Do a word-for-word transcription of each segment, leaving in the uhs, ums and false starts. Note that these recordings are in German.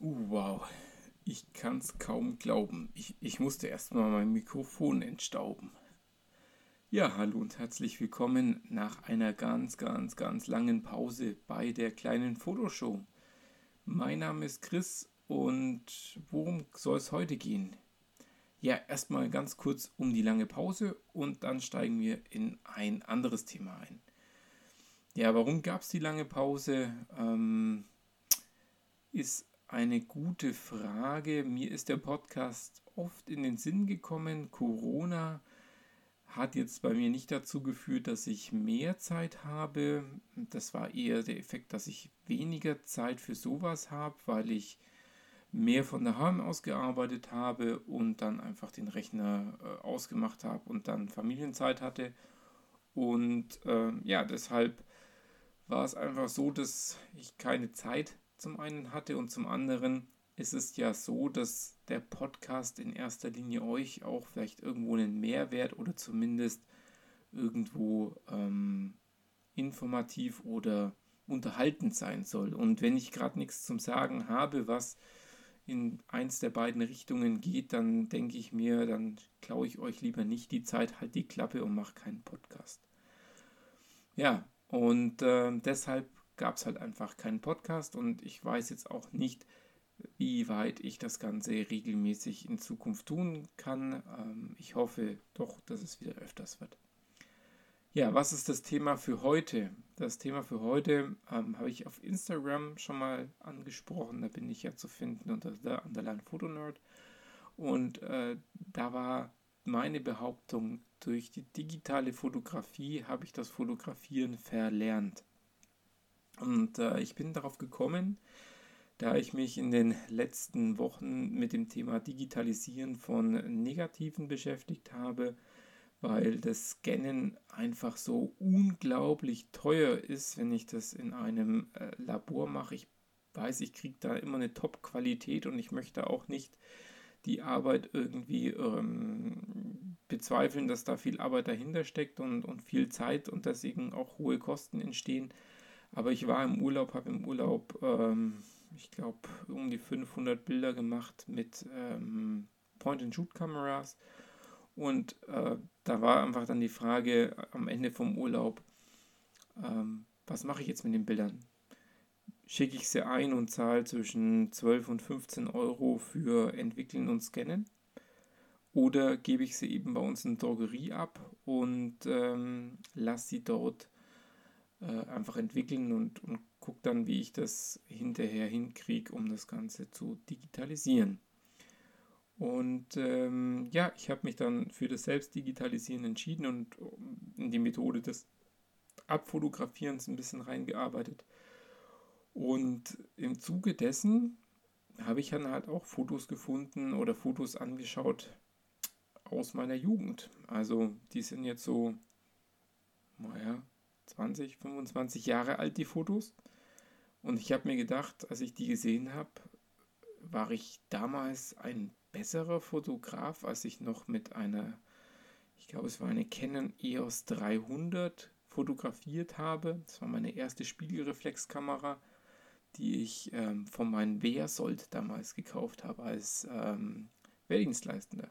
Uh, wow, ich kann's kaum glauben. Ich, ich musste erstmal mein Mikrofon entstauben. Ja, hallo und herzlich willkommen nach einer ganz, ganz, ganz langen Pause bei der kleinen Fotoshow. Mein Name ist Chris und worum soll es heute gehen? Ja, erstmal ganz kurz um die lange Pause und dann steigen wir in ein anderes Thema ein. Ja, warum gab es die lange Pause? Ähm, ist eine gute Frage. Mir ist der Podcast oft in den Sinn gekommen. Corona hat jetzt bei mir nicht dazu geführt, dass ich mehr Zeit habe. Das war eher der Effekt, dass ich weniger Zeit für sowas habe, weil ich mehr von daheim aus gearbeitet habe und dann einfach den Rechner äh, ausgemacht habe und dann Familienzeit hatte. Und äh, ja, deshalb war es einfach so, dass ich keine Zeit zum einen hatte und zum anderen ist es ja so, dass der Podcast in erster Linie euch auch vielleicht irgendwo einen Mehrwert oder zumindest irgendwo ähm, informativ oder unterhaltend sein soll. Und wenn ich gerade nichts zum Sagen habe, was in eins der beiden Richtungen geht, dann denke ich mir, dann klaue ich euch lieber nicht die Zeit, halt die Klappe und mache keinen Podcast. Ja, und äh, deshalb gab es halt einfach keinen Podcast und ich weiß jetzt auch nicht, wie weit ich das Ganze regelmäßig in Zukunft tun kann. Ähm, ich hoffe doch, dass es wieder öfters wird. Ja, was ist das Thema für heute? Das Thema für heute ähm, habe ich auf Instagram schon mal angesprochen. Da bin ich ja zu finden unter der Underline Fotonerd. Und äh, da war meine Behauptung, durch die digitale Fotografie habe ich das Fotografieren verlernt. Und äh, ich bin darauf gekommen, da ich mich in den letzten Wochen mit dem Thema Digitalisieren von Negativen beschäftigt habe, weil das Scannen einfach so unglaublich teuer ist, wenn ich das in einem äh, Labor mache. Ich weiß, ich kriege da immer eine Top-Qualität und ich möchte auch nicht die Arbeit irgendwie ähm, bezweifeln, dass da viel Arbeit dahinter steckt und, und viel Zeit und deswegen auch hohe Kosten entstehen. Aber ich war im Urlaub, habe im Urlaub, ähm, ich glaube, um die fünfhundert Bilder gemacht mit ähm, Point-and-Shoot-Kameras. Und äh, da war einfach dann die Frage am Ende vom Urlaub, ähm, was mache ich jetzt mit den Bildern? Schicke ich sie ein und zahle zwischen zwölf und fünfzehn Euro für Entwickeln und Scannen? Oder gebe ich sie eben bei uns in der Drogerie ab und ähm, lasse sie dort äh, einfach entwickeln und, und gucke dann, wie ich das hinterher hinkriege, um das Ganze zu digitalisieren. Und ähm, ja, ich habe mich dann für das Selbstdigitalisieren entschieden und in die Methode des Abfotografierens ein bisschen reingearbeitet. Und im Zuge dessen habe ich dann halt auch Fotos gefunden oder Fotos angeschaut aus meiner Jugend. Also die sind jetzt so, naja, zwanzig, fünfundzwanzig Jahre alt, die Fotos. Und ich habe mir gedacht, als ich die gesehen habe, war ich damals ein besserer Fotograf, als ich noch mit einer, ich glaube es war eine Canon E O S dreihundert fotografiert habe. Das war meine erste Spiegelreflexkamera, die ich ähm, von meinem Wehrsold damals gekauft habe als ähm, Wehrdienstleistender.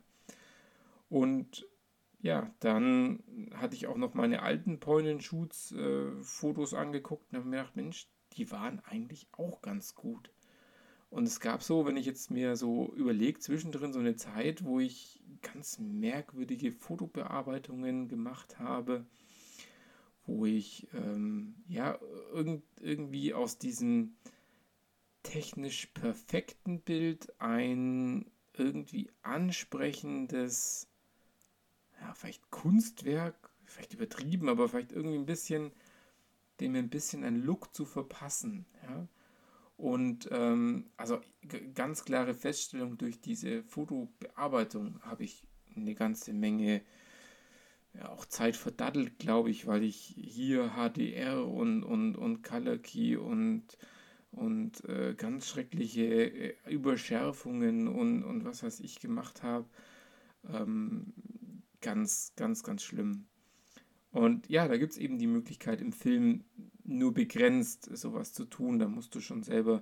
Und ja, dann hatte ich auch noch meine alten Point-and-Shoots-Fotos äh, angeguckt und habe mir gedacht, Mensch, die waren eigentlich auch ganz gut. Und es gab so, wenn ich jetzt mir so überlege, zwischendrin so eine Zeit, wo ich ganz merkwürdige Fotobearbeitungen gemacht habe, wo ich ähm, ja irgend, irgendwie aus diesem technisch perfekten Bild ein irgendwie ansprechendes, ja, vielleicht Kunstwerk, vielleicht übertrieben, aber vielleicht irgendwie ein bisschen, dem ein bisschen einen Look zu verpassen, ja. Und ähm, also g- ganz klare Feststellung, durch diese Fotobearbeitung habe ich eine ganze Menge ja, auch Zeit verdattelt, glaube ich, weil ich hier H D R und, und, und Color Key und, und äh, ganz schreckliche äh, Überschärfungen und, und was weiß ich gemacht habe. Ähm, ganz, ganz, ganz schlimm. Und ja, da gibt es eben die Möglichkeit im Film nur begrenzt sowas zu tun. Da musst du schon selber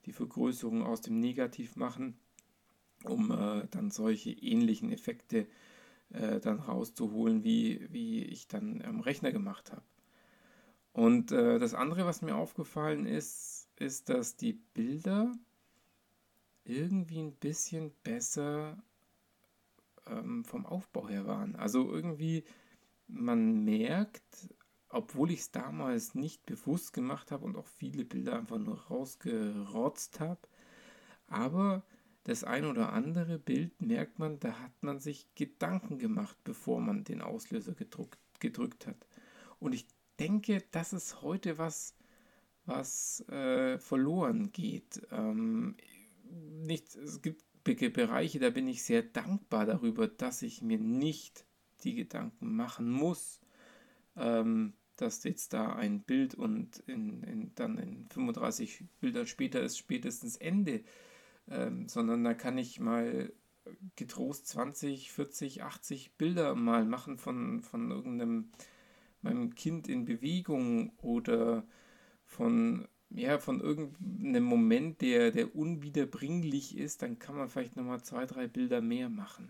die Vergrößerung aus dem Negativ machen, um äh, dann solche ähnlichen Effekte äh, dann rauszuholen, wie, wie ich dann am Rechner gemacht habe. Und äh, das andere, was mir aufgefallen ist, ist, dass die Bilder irgendwie ein bisschen besser ähm, vom Aufbau her waren. Also irgendwie, man merkt, obwohl ich es damals nicht bewusst gemacht habe und auch viele Bilder einfach nur rausgerotzt habe, aber das ein oder andere Bild merkt man, da hat man sich Gedanken gemacht, bevor man den Auslöser gedruckt, gedrückt hat. Und ich denke, das ist heute was, was äh, verloren geht. Ähm, nicht, es gibt Be- Bereiche, da bin ich sehr dankbar darüber, dass ich mir nicht die Gedanken machen muss, ähm, dass jetzt da ein Bild und in, in, dann in fünfunddreißig Bildern später ist spätestens Ende, ähm, sondern da kann ich mal getrost zwanzig, vierzig, achtzig Bilder mal machen von, von irgendeinem meinem Kind in Bewegung oder von, ja, von irgendeinem Moment, der, der unwiederbringlich ist, dann kann man vielleicht nochmal zwei, drei Bilder mehr machen.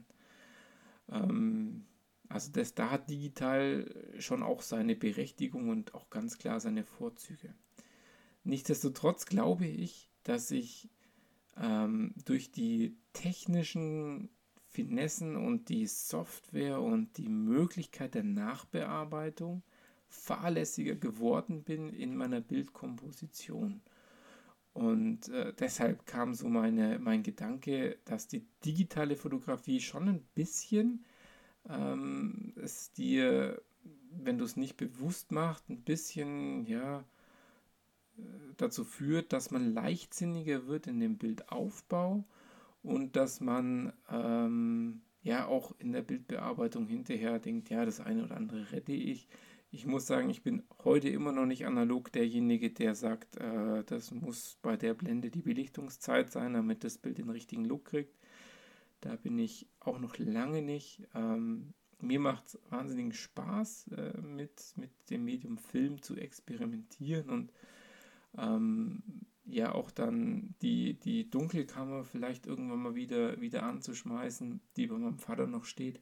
Ähm, also das, da hat digital schon auch seine Berechtigung und auch ganz klar seine Vorzüge. Nichtsdestotrotz glaube ich, dass ich ähm, durch die technischen Finessen und die Software und die Möglichkeit der Nachbearbeitung fahrlässiger geworden bin in meiner Bildkomposition. Und äh, deshalb kam so meine, mein Gedanke, dass die digitale Fotografie schon ein bisschen ähm, es dir, wenn du es nicht bewusst machst, ein bisschen, ja, dazu führt, dass man leichtsinniger wird in dem Bildaufbau und dass man ähm, ja auch in der Bildbearbeitung hinterher denkt, ja, das eine oder andere rette ich. Ich muss sagen, ich bin heute immer noch nicht analog derjenige, der sagt, äh, das muss bei der Blende die Belichtungszeit sein, damit das Bild den richtigen Look kriegt. Da bin ich auch noch lange nicht. Ähm, mir macht es wahnsinnigen Spaß, äh, mit, mit dem Medium Film zu experimentieren und ähm, ja auch dann die, die Dunkelkammer vielleicht irgendwann mal wieder, wieder anzuschmeißen, die bei meinem Vater noch steht.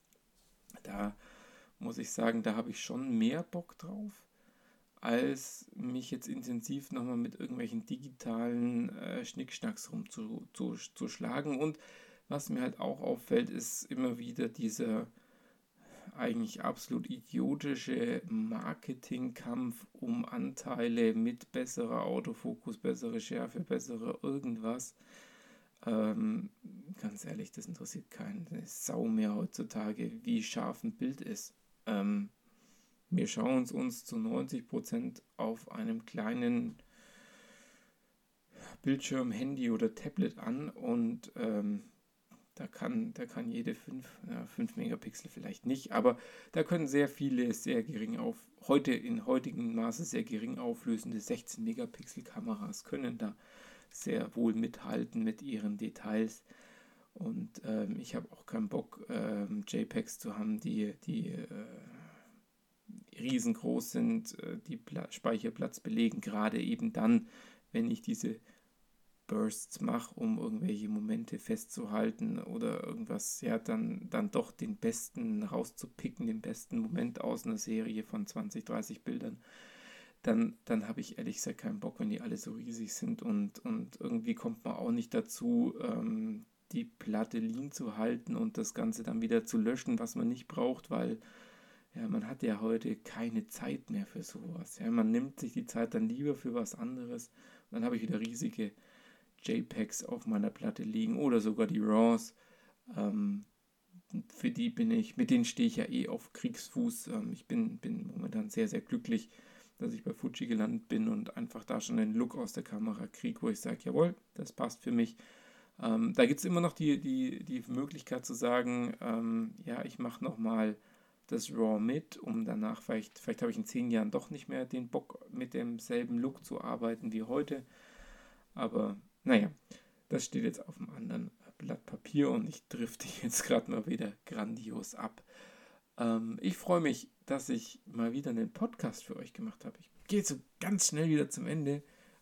Da muss ich sagen, da habe ich schon mehr Bock drauf, als mich jetzt intensiv nochmal mit irgendwelchen digitalen äh, Schnickschnacks rumzuschlagen. Und was mir halt auch auffällt, ist immer wieder dieser eigentlich absolut idiotische Marketingkampf um Anteile mit besserer Autofokus, bessere Schärfe, bessere irgendwas. Ähm, ganz ehrlich, das interessiert keinen Sau mehr heutzutage, wie scharf ein Bild ist. Ähm, wir schauen es uns zu neunzig Prozent auf einem kleinen Bildschirm, Handy oder Tablet an und ähm, Da kann, da kann jede fünf ja, fünf Megapixel vielleicht nicht, aber da können sehr viele sehr gering auf, heute in heutigem Maße sehr gering auflösende sechzehn Megapixel Kameras können da sehr wohl mithalten mit ihren Details. Und ähm, ich habe auch keinen Bock, ähm, JPEGs zu haben, die, die äh, riesengroß sind, äh, die Pla- Speicherplatz belegen, gerade eben dann, wenn ich diese Bursts mache, um irgendwelche Momente festzuhalten oder irgendwas, ja, dann, dann doch den besten rauszupicken, den besten Moment aus einer Serie von zwanzig, dreißig Bildern, dann, dann habe ich ehrlich gesagt keinen Bock, wenn die alle so riesig sind und, und irgendwie kommt man auch nicht dazu, ähm, die Platte lean zu halten und das Ganze dann wieder zu löschen, was man nicht braucht, weil ja, man hat ja heute keine Zeit mehr für sowas. Ja, man nimmt sich die Zeit dann lieber für was anderes. Und dann habe ich wieder riesige JPEGs auf meiner Platte liegen oder sogar die RAWs. Ähm, für die bin ich, mit denen stehe ich ja eh auf Kriegsfuß. Ähm, ich bin, bin momentan sehr, sehr glücklich, dass ich bei Fuji gelandet bin und einfach da schon einen Look aus der Kamera kriege, wo ich sage, jawohl, das passt für mich. Ähm, da gibt es immer noch die, die, die Möglichkeit zu sagen, ähm, ja, ich mache nochmal das RAW mit, um danach vielleicht, vielleicht habe ich in zehn Jahren doch nicht mehr den Bock, mit demselben Look zu arbeiten wie heute. Aber naja, das steht jetzt auf einem anderen Blatt Papier und ich drifte jetzt gerade mal wieder grandios ab. Ähm, ich freue mich, dass ich mal wieder einen Podcast für euch gemacht habe. Ich gehe jetzt so ganz schnell wieder zum Ende.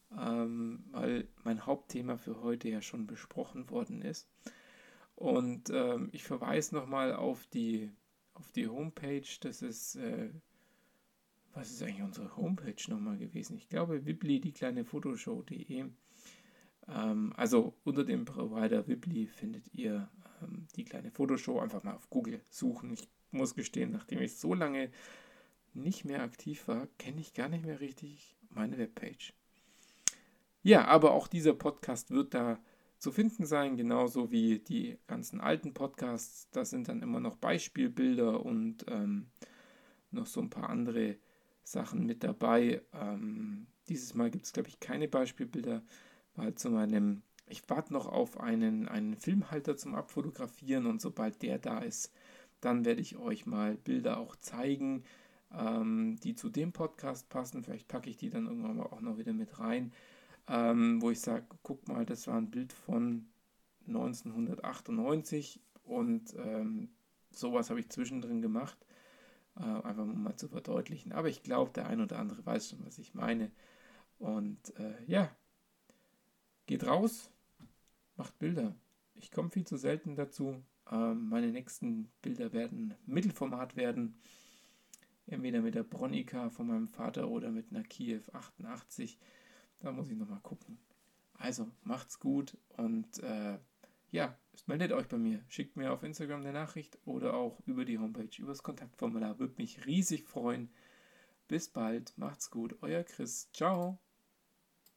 ähm, weil mein Hauptthema für heute ja schon besprochen worden ist. Und ähm, ich verweise nochmal auf die, auf die Homepage. Das ist, äh, was ist eigentlich unsere Homepage nochmal gewesen? Ich glaube, Wibli, die kleine Fotoshow punkt de. Ähm, also unter dem Provider Wibli findet ihr ähm, die kleine Fotoshow. Einfach mal auf Google suchen. Ich muss gestehen, nachdem ich so lange nicht mehr aktiv war, kenne ich gar nicht mehr richtig meine Webpage. Ja, aber auch dieser Podcast wird da zu finden sein, genauso wie die ganzen alten Podcasts. Da sind dann immer noch Beispielbilder und ähm, noch so ein paar andere Sachen mit dabei. Ähm, dieses Mal gibt es, glaube ich, keine Beispielbilder, weil zu meinem, ich warte noch auf einen, einen Filmhalter zum Abfotografieren und sobald der da ist, dann werde ich euch mal Bilder auch zeigen, ähm, die zu dem Podcast passen. Vielleicht packe ich die dann irgendwann mal auch noch wieder mit rein, ähm, wo ich sage, guck mal, das war ein Bild von neunzehnhundertachtundneunzig und ähm, sowas habe ich zwischendrin gemacht, äh, einfach um mal zu verdeutlichen. Aber ich glaube, der ein oder andere weiß schon, was ich meine. Und äh, ja, geht raus, macht Bilder. Ich komme viel zu selten dazu. Ähm, meine nächsten Bilder werden Mittelformat werden. Entweder mit der Bronica von meinem Vater oder mit einer Kiew achtundachtzig. Da muss ich nochmal gucken. Also macht's gut und äh, ja, meldet euch bei mir. Schickt mir auf Instagram eine Nachricht oder auch über die Homepage, über das Kontaktformular. Würde mich riesig freuen. Bis bald. Macht's gut. Euer Chris. Ciao.